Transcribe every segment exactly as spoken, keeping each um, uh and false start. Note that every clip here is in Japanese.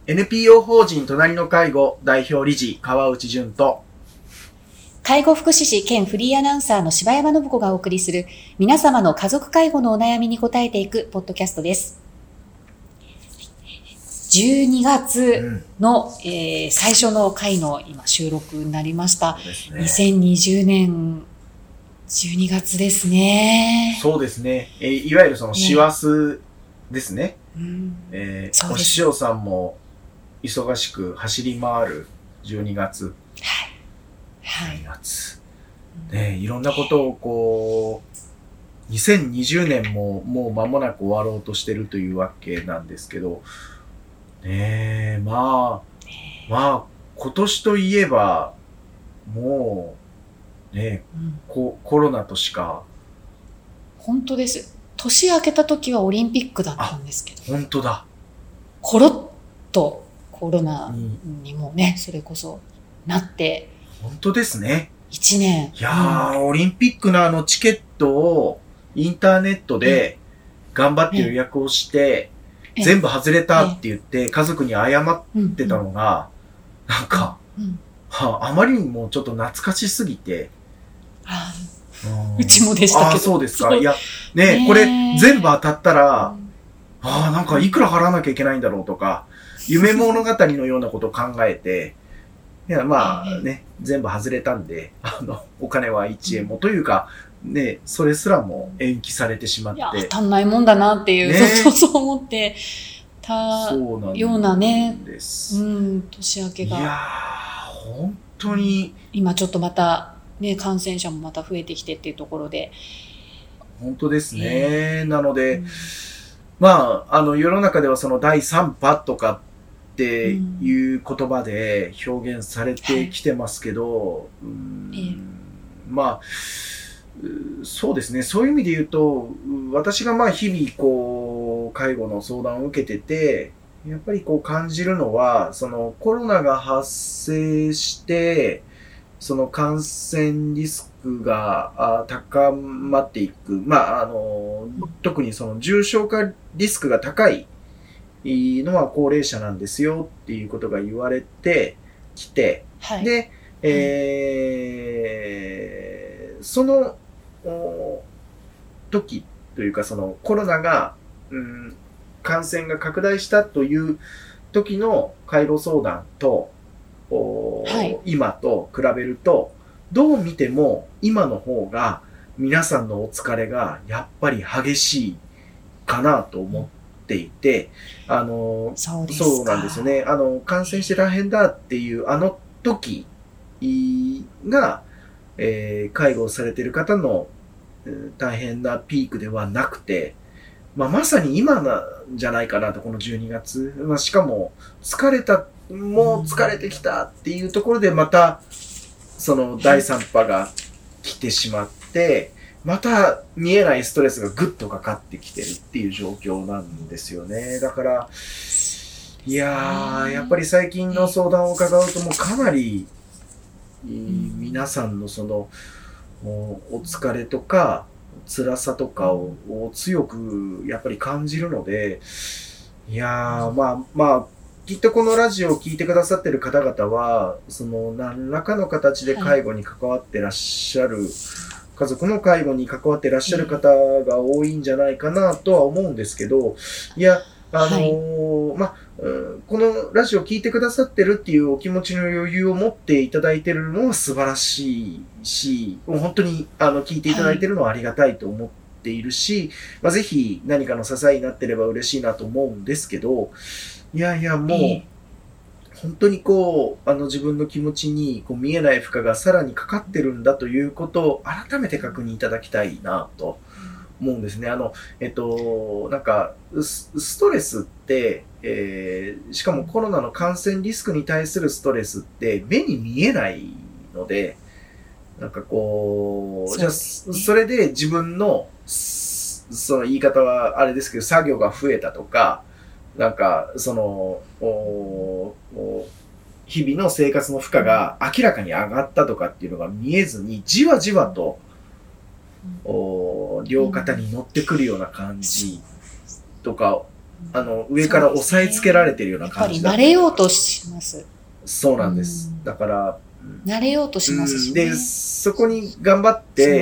エヌピーオー 法人隣の介護代表理事川内淳と介護福祉士兼フリーアナウンサーの柴山信子がお送りする皆様の家族介護のお悩みに答えていくポッドキャストです。じゅうにがつの、うんえー、最初の回の今収録になりました。ね、にせんにじゅうねんじゅうにがつですね。 そうですね。えー、いわゆるその師走ですね。ねうんえー、お師匠さんも忙しく走り回るじゅうにがつ。 はい。 じゅうにがつ。ね、いろんなことをこう、にせんにじゅうねんももう間もなく終わろうとしてるというわけなんですけど、ねえ、まあ、まあ、今年といえば、もう、ね、うん、コ、コロナとしか。 本当です。年明けた時はオリンピックだったんですけど。 本当だ。 コロッとコロナにもね、うん、それこそなって。 本当ですね。 一年。 いやー、うん、オリンピックのあのチケットをインターネットで頑張って予約をして、全部外れたって言って家族に謝ってたのが、なんか、はあ、あまりにもちょっと懐かしすぎて。 うちもでしたけど。 ああ、そうですか。いや、ね、これ全部当たったら、ああ、なんかいくら払わなきゃいけないんだろうとか、夢物語のようなことを考えて、いや、まあね、全部外れたんで、あの、お金はいちえんもというか、ね、それすらも延期されてしまって。いや、 当たんないもんだなっていう、ね、そうそうそう思ってたようなね、うん、年明けが。 いやー、本当に。 今ちょっとまた、ね、感染者もまた増えてきてっていうところで。 本当ですね。えー、なので、うん、まあ、あの、世の中ではそのだいさん波とかっていう言葉で表現されてきてますけど、うん、えー、まあ、そうですね。そういう意味で言うと、私がまあ日々こう、介護の相談を受けてて、やっぱりこう感じるのは、そのコロナが発生して、その感染リスクが高まっていく。まあ、あの、特にその重症化リスクが高いのは高齢者なんですよっていうことが言われてきて、はい、で、えー、その時というかそのコロナが、うん、感染が拡大したという時の介護相談と、はい、今と比べるとどう見ても今の方が皆さんのお疲れがやっぱり激しいかなと思っていて、あの、 そうですか。 そうなんですよね。あの、感染して大変だっていうあの時が、えー、介護をされている方の大変なピークではなくて、まあ、まさに今なんじゃないかなと、このじゅうにがつ。まあ、しかも、疲れた、もう疲れてきたっていうところで、また、そのだいさん波が来てしまって、また見えないストレスがぐっとかかってきてるっていう状況なんですよね。だから、いやー、やっぱり最近の相談を伺うともうかなり、皆さんのその、お疲れとか辛さとかを強くやっぱり感じるので、いやー、まあまあきっとこのラジオを聞いてくださってる方々はその何らかの形で介護に関わってらっしゃる、はい、家族の介護に関わってらっしゃる方が多いんじゃないかなとは思うんですけど、いやあのーはい、まあ、このラジオを聞いてくださってるっていうお気持ちの余裕を持っていただいてるのは素晴らしいし、もう本当にあの聞いていただいてるのはありがたいと思っているし、はい、まあ、ぜひ何かの支えになってれば嬉しいなと思うんですけど、いやいやもう、えー、本当にこうあの自分の気持ちにこう見えない負荷がさらにかかってるんだということを改めて確認いただきたいなと思うんですね。あの、えっと、なんか、ストレスって、えー、しかもコロナの感染リスクに対するストレスって目に見えないので、なんかこう、じゃあ、それで自分の、その言い方はあれですけど、作業が増えたとか、なんか、その、お日々の生活の負荷が明らかに上がったとかっていうのが見えずに、じわじわと、お両肩に乗ってくるような感じとかあの、上から押さえつけられてるような感じだ、 やっぱり慣れようとします。 そうなんです。だから、 慣れようとしますし、 ね、で、そこに頑張って、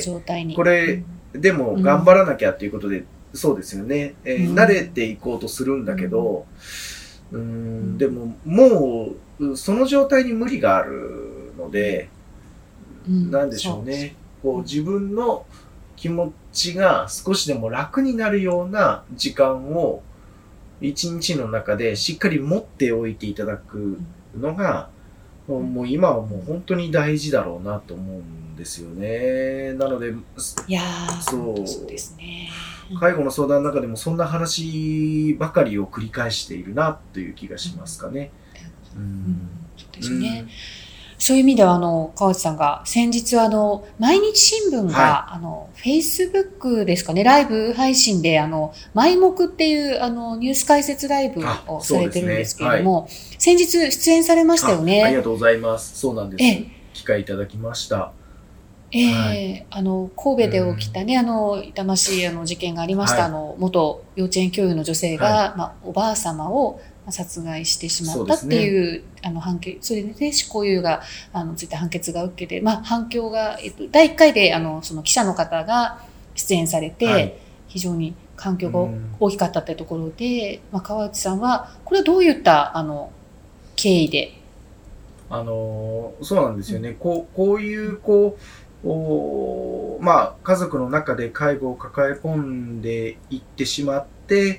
その状態にこれ、うん、でも頑張らなきゃっていうことで、うん、そうですよね、えーうん、慣れていこうとするんだけど、うん、うんでももう、その状態に無理があるので、うん、なんでしょうね。こう自分の気持ちが少しでも楽になるような時間を一日の中でしっかり持っておいていただくのが、もう今はもう本当に大事だろうなと思うんですよね。なので、 いやー、そう、そうですね。 介護の相談の中でもそんな話ばかりを繰り返しているなという気がしますかね。 うん、うん、そうですね。うんそういう意味では、あの、川内さんが、先日あの、毎日新聞が、はい、あの、Facebook ですかね、ライブ配信で、あの、マイモクっていう、あの、ニュース解説ライブをされてるんですけれども、ねはい、先日出演されましたよね。 あ。ありがとうございます。そうなんです。え機会いただきました。 ええーはい、あの、神戸で起きたね、あの、痛ましいあの事件がありました。はい、あの、元幼稚園教諭の女性が、はい、まあ、おばあ様を殺害してしまったっていう、ね、あの判決、それでね、執行猶予が、あの、ついた判決が受けて、まあ、反響が、えっと、だいいっかいで、あの、その記者の方が出演されて、はい、非常に反響が大きかったっていうところで、まあ、川内さんは、これはどういった、あの、経緯であの、そうなんですよね。うん、こう、こういう、こう、おまあ、家族の中で介護を抱え込んでいってしまって、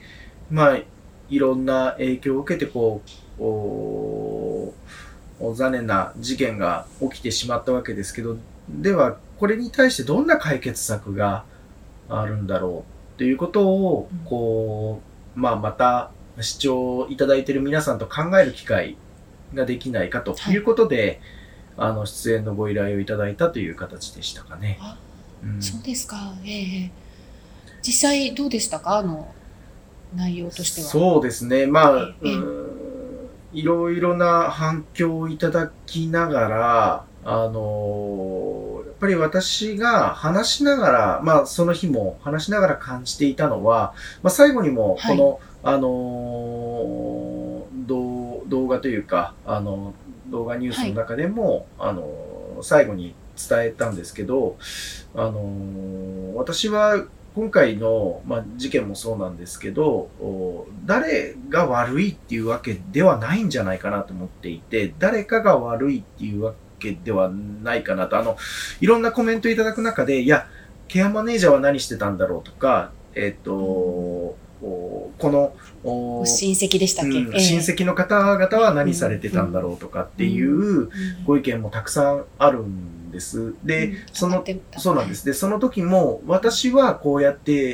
まあ、いろんな影響を受けて、こう、お残念な事件が起きてしまったわけですけど、では、これに対してどんな解決策があるんだろうということを、こう、まあ、また視聴いただいている皆さんと考える機会ができないかということで、はい、あの、出演のご依頼をいただいたという形でしたかね。 あ、うん、そうですか。ええ。実際どうでしたか？あの、内容としては。 そうですね。まあ、えー、いろいろな反響をいただきながら、あのー、やっぱり私が話しながら、まあ、その日も話しながら感じていたのは、まあ、最後にも、この、はい、あのー、動、動画というか、あの、動画ニュースの中でも、はい、あのー、最後に伝えたんですけど、あのー、私は、今回の、まあ、事件もそうなんですけど、誰が悪いっていうわけではないんじゃないかなと思っていて、誰かが悪いっていうわけではないかなと、あの、いろんなコメントいただく中で、いや、ケアマネージャーは何してたんだろうとか、えっと、この、 親戚でしたっけ、うん、 親戚の方々は何されてたんだろうとかっていうご意見もたくさんあるんです。で、うん、その、そうなんです。で、その時も、私はこうやって、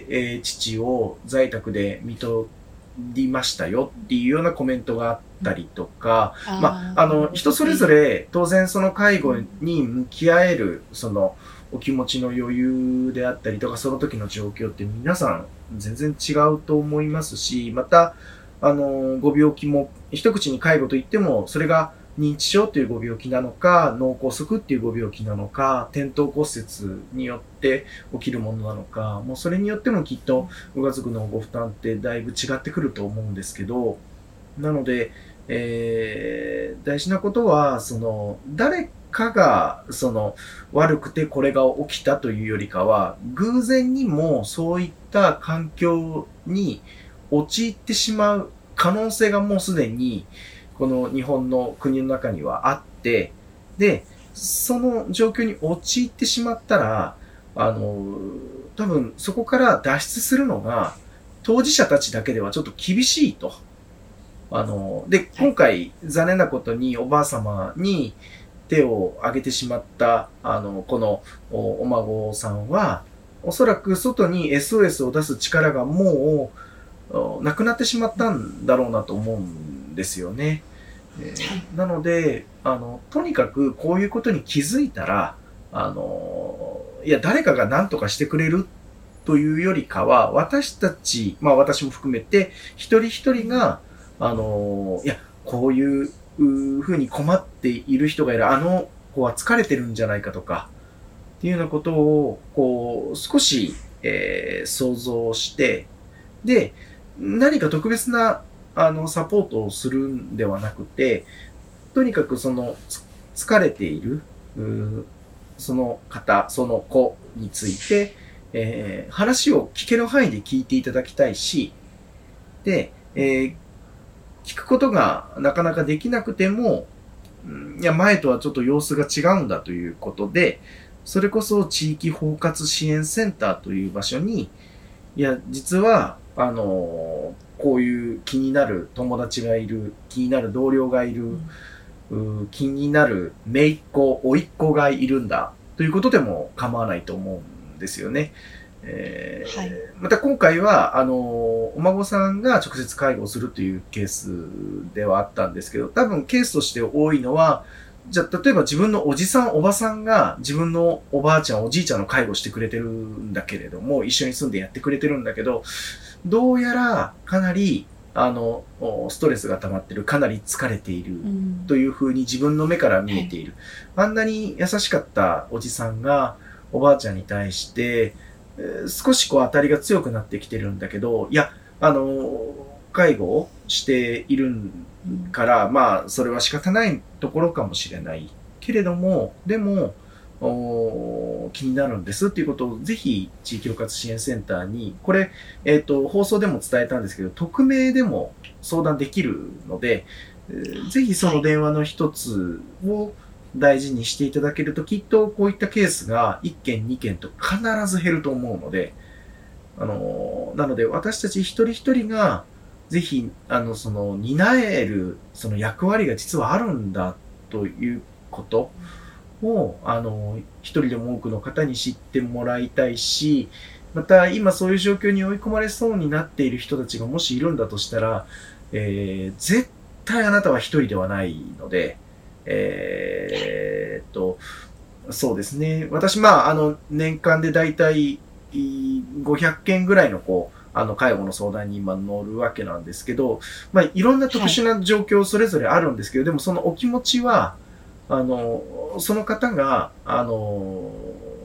えー、父を在宅で看取りましたよっていうようなコメントがあったりとか、うん、まあ、あの、人それぞれ、当然その介護に向き合える、その、お気持ちの余裕であったりとか、その時の状況って皆さん全然違うと思いますし、また、あの、ご病気も、一口に介護といっても、それが認知症というご病気なのか、脳梗塞っていうご病気なのか、転倒骨折によって起きるものなのか、もうそれによってもきっとご家族のご負担ってだいぶ違ってくると思うんですけど、なので、えー、大事なことは、その、誰かが、その、悪くてこれが起きたというよりかは、偶然にもそういった環境に陥ってしまう可能性がもうすでに、この日本の国の中にはあって、で、その状況に陥ってしまったら、あの、多分そこから脱出するのが、当事者たちだけではちょっと厳しいと。あの、で、今回残念なことにおばあ様に手を挙げてしまった、あの、このお、お孫さんは、おそらく外に エスオーエス を出す力がもうなくなってしまったんだろうなと思うんですよね。えー、なので、あの、とにかくこういうことに気づいたら、あの、いや、誰かが何とかしてくれるというよりかは、私たち、まあ私も含めて、一人一人が、あの、いや、こういうふうに困っている人がいる、あの子は疲れてるんじゃないかとか、っていうようなことを、こう、少し、えー、想像して、で、 何か特別な、あの、サポートをするんではなくて、とにかくその、疲れている、その方、その子について、えー、話を聞ける範囲で聞いていただきたいし、で、えー、聞くことがなかなかできなくても、いや、前とはちょっと様子が違うんだということで、それこそ地域包括支援センターという場所に、いや、実は、あのー、こういう気になる友達がいる、気になる同僚がいる、うん、気になる姪っ子、甥っ子がいるんだ、ということでも構わないと思うんですよね。えーはい、また今回は、あのー、お孫さんが直接介護をするというケースではあったんですけど、多分ケースとして多いのは、じゃあ、例えば自分のおじさん、おばさんが自分のおばあちゃん、おじいちゃんの介護してくれてるんだけれども、一緒に住んでやってくれてるんだけど、どうやらかなり、あの、ストレスが溜まってる、かなり疲れている、というふうに自分の目から見えている。うん、あんなに優しかったおじさんが、おばあちゃんに対して、少しこう当たりが強くなってきてるんだけど、いや、あの、介護をしているから、まあ、それは仕方ないところかもしれない。けれども、でも、気になるんですっていうことをぜひ地域包括支援センターに、これ、えっと、放送でも伝えたんですけど、匿名でも相談できるので、ぜひその電話の一つを大事にしていただけると、きっとこういったケースがいっけんにけんと必ず減ると思うので、あの、なので私たち一人一人がぜひ、あの、その、担えるその役割が実はあるんだということを、あの、一人でも多くの方に知ってもらいたいし、また今そういう状況に追い込まれそうになっている人たちがもしいるんだとしたら、えー、絶対あなたは一人ではないので、えー、っと、そうですね。私、まあ、あの、年間でだいたいごひゃっけんぐらいの、こう、あの、介護の相談に今乗るわけなんですけど、まあ、いろんな特殊な状況それぞれあるんですけど、はい、でもそのお気持ちは、あの、その方が、あの、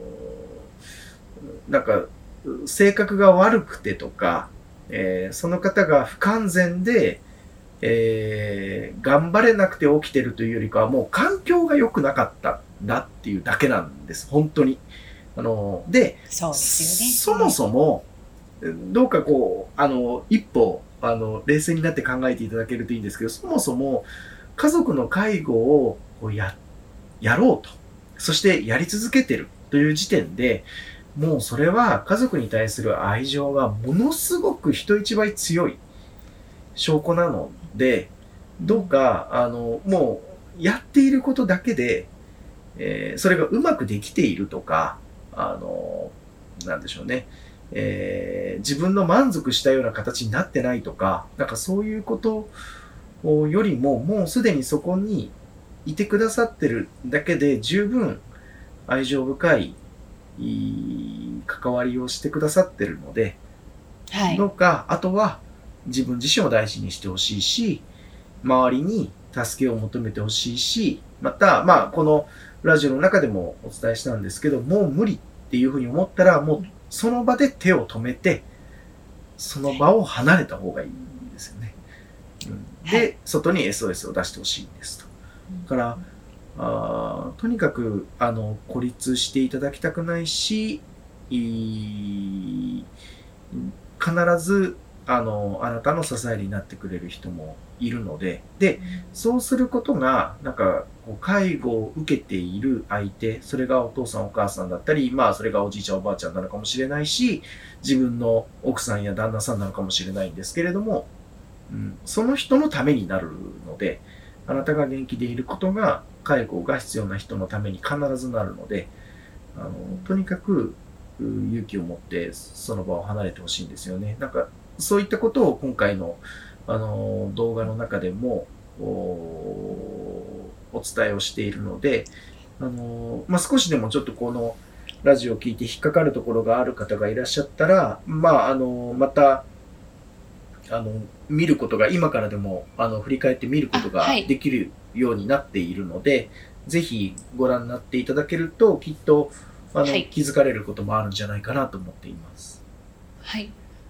なんか、性格が悪くてとか、えー、その方が不完全で、えー、頑張れなくて起きてるというよりかは、もう環境が良くなかったんだっていうだけなんです。本当に。あの、で、 そうですよね。 そもそも、どうかこう、あの、一歩、あの、冷静になって考えていただけるといいんですけど、そもそも、家族の介護をこうや、やろうと。そしてやり続けてるという時点で、もうそれは家族に対する愛情がものすごく人一倍強い証拠なので、どうか、あの、もうやっていることだけで、えー、それがうまくできているとか、あの、なんでしょうね。えー、自分の満足したような形になってないとか、なんかそういうことよりも、もうすでにそこにいてくださってるだけで十分愛情深い関わりをしてくださってるので、はい、どうか、あとは自分自身を大事にしてほしいし、周りに助けを求めてほしいし、また、まあ、このラジオの中でもお伝えしたんですけど、もう無理っていうふうに思ったら、もうその場で手を止めて、その場を離れた方がいいですよね。うん、で、はい、外に エスオーエス を出してほしいんですと。だから、あとにかく、あの、孤立していただきたくないし、い必ず、あの、あなたの支えになってくれる人もいるので、で、そうすることが、なんか、介護を受けている相手、それがお父さんお母さんだったり、まあ、それがおじいちゃんおばあちゃんなのかもしれないし、自分の奥さんや旦那さんなのかもしれないんですけれども、うん、その人のためになるので、あなたが元気でいることが、介護が必要な人のために必ずなるので、あの、とにかく勇気を持ってその場を離れてほしいんですよね。なんか、そういったことを今回の、あの、動画の中でもお、お伝えをしているので、あの、まあ、少しでもちょっとこのラジオを聞いて引っかかるところがある方がいらっしゃったら、まあ、あの、また、あの、見ることが、今からでも、あの、振り返って見ることができるようになっているので、はい、ぜひご覧になっていただけると、きっと、あの、はい、気づかれることもあるんじゃないかなと思っています。 はい。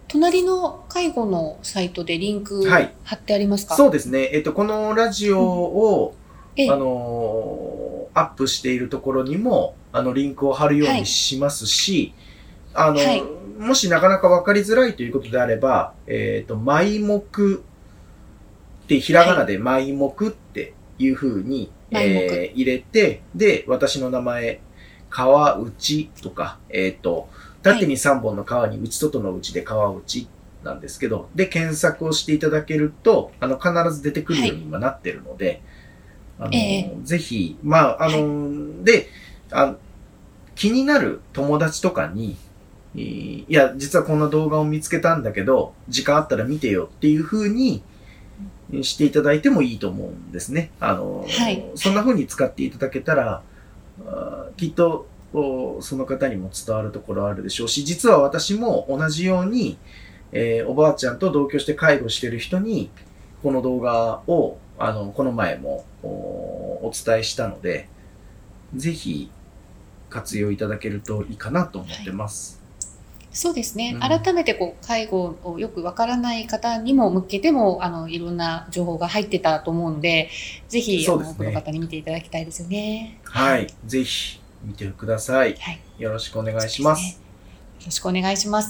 隣の介護のサイトでリンクはい貼ってありますか？ そうですね。えっと、このラジオを、 ええあのーアップしているところにも、あの、リンクを貼るようにしますし、あの、 はいもしなかなかわかりづらいということであれば、えっと、埋目ってひらがなで埋目っていう風に、 はい、 えー入れて、で、私の名前、川内とか、えっと、縦にさんぼんの川に内外の内で川内なんですけど、で、検索をしていただけると、あの、必ず出てくるように今なってるので、あの、 えぜひ、まあ、あの、で、あ気になる友達とかに、いや、実はこんな動画を見つけたんだけど、時間あったら見てよっていう風にしていただいてもいいと思うんですね。あの、 はい、 そんな風に使っていただけたら、あきっと、その方にも伝わるところあるでしょうし、実は私も同じように、えーおばあちゃんと同居して介護してる人に、この動画を、あの、この前もおお伝えしたので、ぜひ活用いただけるといいかなと思ってます。 そうですね、 うん改めてこう介護をよくわからない方にも向けてもあのいろんな情報が入ってたと思うので、ぜひ、 そうですねあの多くの方に見ていただきたいですよね。 はい。ぜひ見てください。 はい、 よろしくお願いします。 そうですね。よろしくお願いします。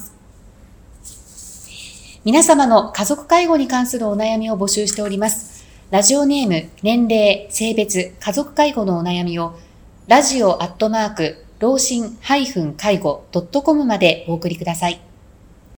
皆様の家族介護に関するお悩みを募集しております。ラジオネーム、年齢、性別、家族介護のお悩みをラジオアットマーク老人介護ドットコムまでお送りください。